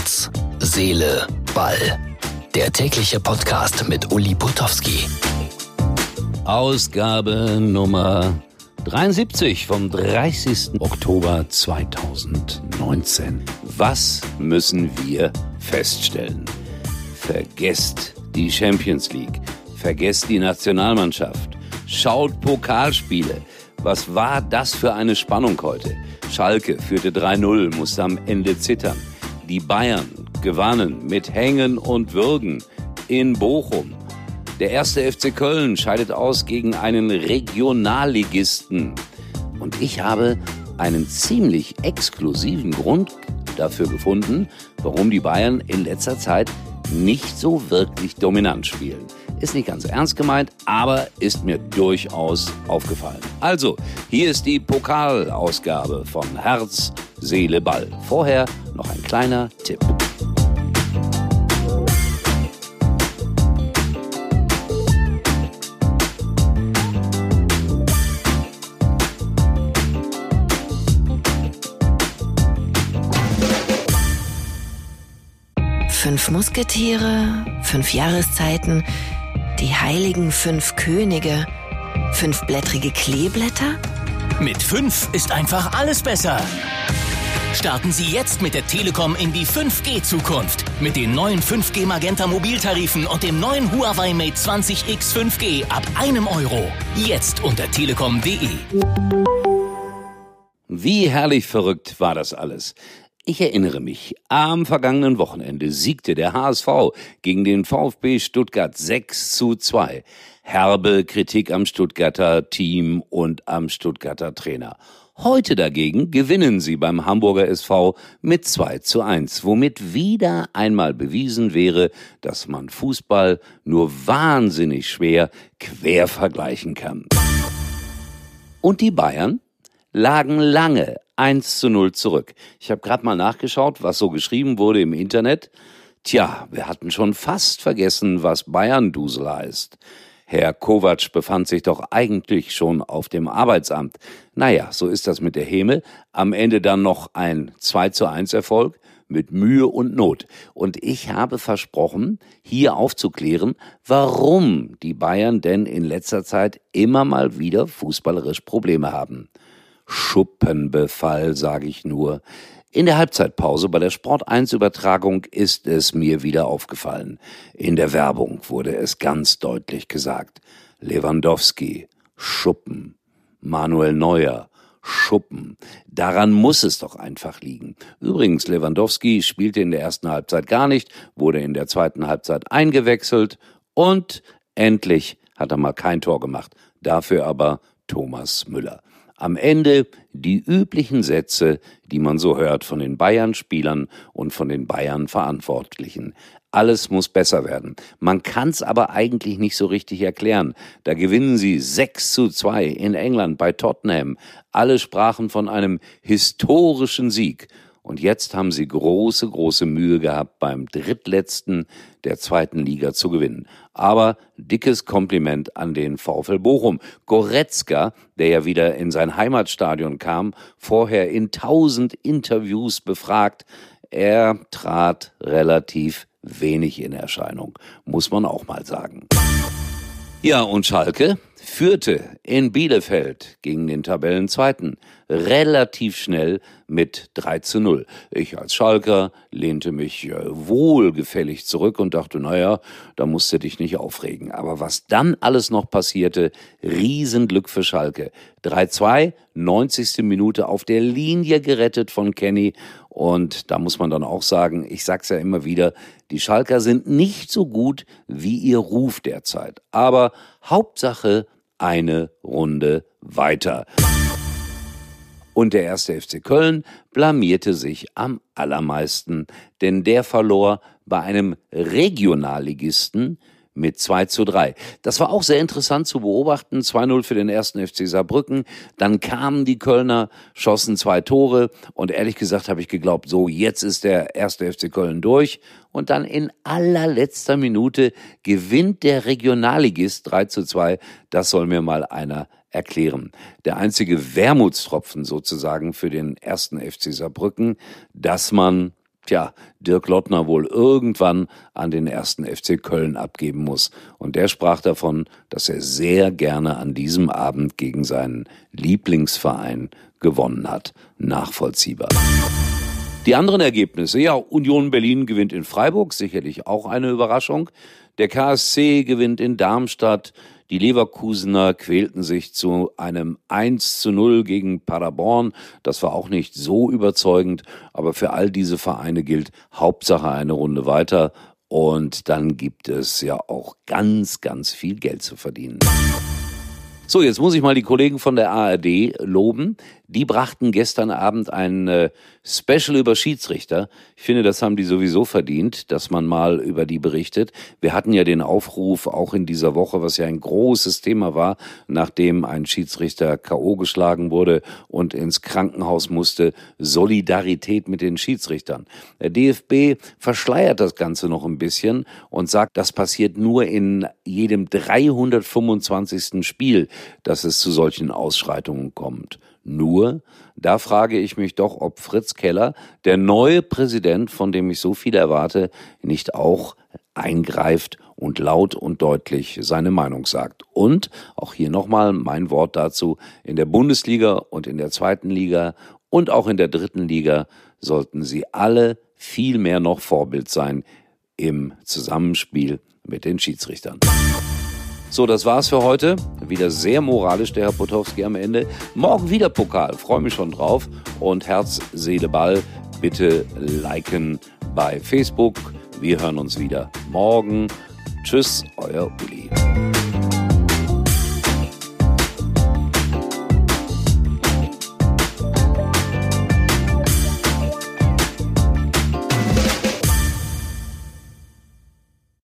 Herz, Seele, Ball. Der tägliche Podcast mit Uli Potowski. Ausgabe Nummer 73 vom 30. Oktober 2019. Was müssen wir feststellen? Vergesst die Champions League. Vergesst die Nationalmannschaft. Schaut Pokalspiele. Was war das für eine Spannung heute? Schalke führte 3-0, musste am Ende zittern. Die Bayern gewannen mit Hängen und Würgen in Bochum. Der erste FC Köln scheidet aus gegen einen Regionalligisten. Und ich habe einen ziemlich exklusiven Grund dafür gefunden, warum die Bayern in letzter Zeit nicht so wirklich dominant spielen. Ist nicht ganz ernst gemeint, aber ist mir durchaus aufgefallen. Also, hier ist die Pokalausgabe von Herz, Seele, Ball. Vorher noch ein kleiner Tipp. Fünf Musketiere, 5 Jahreszeiten, die heiligen 5 Könige, 5-blättrige Kleeblätter? Mit 5 ist einfach alles besser. Starten Sie jetzt mit der Telekom in die 5G-Zukunft. Mit den neuen 5G Magenta Mobiltarifen und dem neuen Huawei Mate 20X 5G ab €1. Jetzt unter telekom.de. Wie herrlich verrückt war das alles. Ich erinnere mich, am vergangenen Wochenende siegte der HSV gegen den VfB Stuttgart 6-2. Herbe Kritik am Stuttgarter Team und am Stuttgarter Trainer. Heute dagegen gewinnen sie beim Hamburger SV mit 2-1, womit wieder einmal bewiesen wäre, dass man Fußball nur wahnsinnig schwer quer vergleichen kann. Und die Bayern lagen lange 1-0 zurück. Ich habe gerade mal nachgeschaut, was so geschrieben wurde im Internet. Tja, wir hatten schon fast vergessen, was Bayern-Dusel heißt. Herr Kovac befand sich doch eigentlich schon auf dem Arbeitsamt. Naja, so ist das mit der Häme. Am Ende dann noch ein 2-1 Erfolg mit Mühe und Not. Und ich habe versprochen, hier aufzuklären, warum die Bayern denn in letzter Zeit immer mal wieder fußballerisch Probleme haben. Schuppenbefall, sage ich nur. In der Halbzeitpause bei der Sport1-Übertragung ist es mir wieder aufgefallen. In der Werbung wurde es ganz deutlich gesagt. Lewandowski, Schuppen. Manuel Neuer, Schuppen. Daran muss es doch einfach liegen. Übrigens, Lewandowski spielte in der ersten Halbzeit gar nicht, wurde in der zweiten Halbzeit eingewechselt und endlich hat er mal kein Tor gemacht. Dafür aber Thomas Müller. Am Ende die üblichen Sätze, die man so hört von den Bayern-Spielern und von den Bayern-Verantwortlichen. Alles muss besser werden. Man kann's aber eigentlich nicht so richtig erklären. Da gewinnen sie 6-2 in England bei Tottenham. Alle sprachen von einem historischen Sieg. Und jetzt haben sie große Mühe gehabt, beim drittletzten der zweiten Liga zu gewinnen. Aber dickes Kompliment an den VfL Bochum. Goretzka, der ja wieder in sein Heimatstadion kam, vorher in 1000 Interviews befragt, er trat relativ wenig in Erscheinung, muss man auch mal sagen. Ja, und Schalke führte in Bielefeld gegen den Tabellenzweiten relativ schnell mit 3-0. Ich als Schalker lehnte mich wohlgefällig zurück und dachte, naja, da musst du dich nicht aufregen. Aber was dann alles noch passierte, Riesenglück für Schalke. 3-2, 90. Minute auf der Linie gerettet von Kenny. Und da muss man dann auch sagen, ich sag's ja immer wieder, die Schalker sind nicht so gut wie ihr Ruf derzeit. Aber Hauptsache eine Runde weiter. Und der erste FC Köln blamierte sich am allermeisten, denn der verlor bei einem Regionalligisten mit 2-3. Das war auch sehr interessant zu beobachten. 2-0 für den ersten FC Saarbrücken. Dann kamen die Kölner, schossen 2 Tore. Und ehrlich gesagt habe ich geglaubt, so jetzt ist der erste FC Köln durch. Und dann in allerletzter Minute gewinnt der Regionalligist 3-2. Das soll mir mal einer erklären. Der einzige Wermutstropfen sozusagen für den ersten FC Saarbrücken, dass man Dirk Lottner wohl irgendwann an den 1. FC Köln abgeben muss. Und der sprach davon, dass er sehr gerne an diesem Abend gegen seinen Lieblingsverein gewonnen hat. Nachvollziehbar. Die anderen Ergebnisse, Union Berlin gewinnt in Freiburg, sicherlich auch eine Überraschung. Der KSC gewinnt in Darmstadt. Die Leverkusener quälten sich zu einem 1:0 gegen Paderborn. Das war auch nicht so überzeugend, aber für all diese Vereine gilt Hauptsache eine Runde weiter. Und dann gibt es ja auch ganz, ganz viel Geld zu verdienen. So, jetzt muss ich mal die Kollegen von der ARD loben. Die brachten gestern Abend ein Special über Schiedsrichter. Ich finde, das haben die sowieso verdient, dass man mal über die berichtet. Wir hatten ja den Aufruf auch in dieser Woche, was ja ein großes Thema war, nachdem ein Schiedsrichter K.O. geschlagen wurde und ins Krankenhaus musste, Solidarität mit den Schiedsrichtern. Der DFB verschleiert das Ganze noch ein bisschen und sagt, das passiert nur in jedem 325. Spiel, dass es zu solchen Ausschreitungen kommt. Nur, da frage ich mich doch, ob Fritz Keller, der neue Präsident, von dem ich so viel erwarte, nicht auch eingreift und laut und deutlich seine Meinung sagt. Und auch hier nochmal mein Wort dazu, in der Bundesliga und in der 2. Liga und auch in der 3. Liga sollten sie alle viel mehr noch Vorbild sein im Zusammenspiel mit den Schiedsrichtern. So, das war's für heute. Wieder sehr moralisch, der Herr Potowski am Ende. Morgen wieder Pokal, freue mich schon drauf. Und Herz, Seele, Ball, bitte liken bei Facebook. Wir hören uns wieder morgen. Tschüss, euer Uli.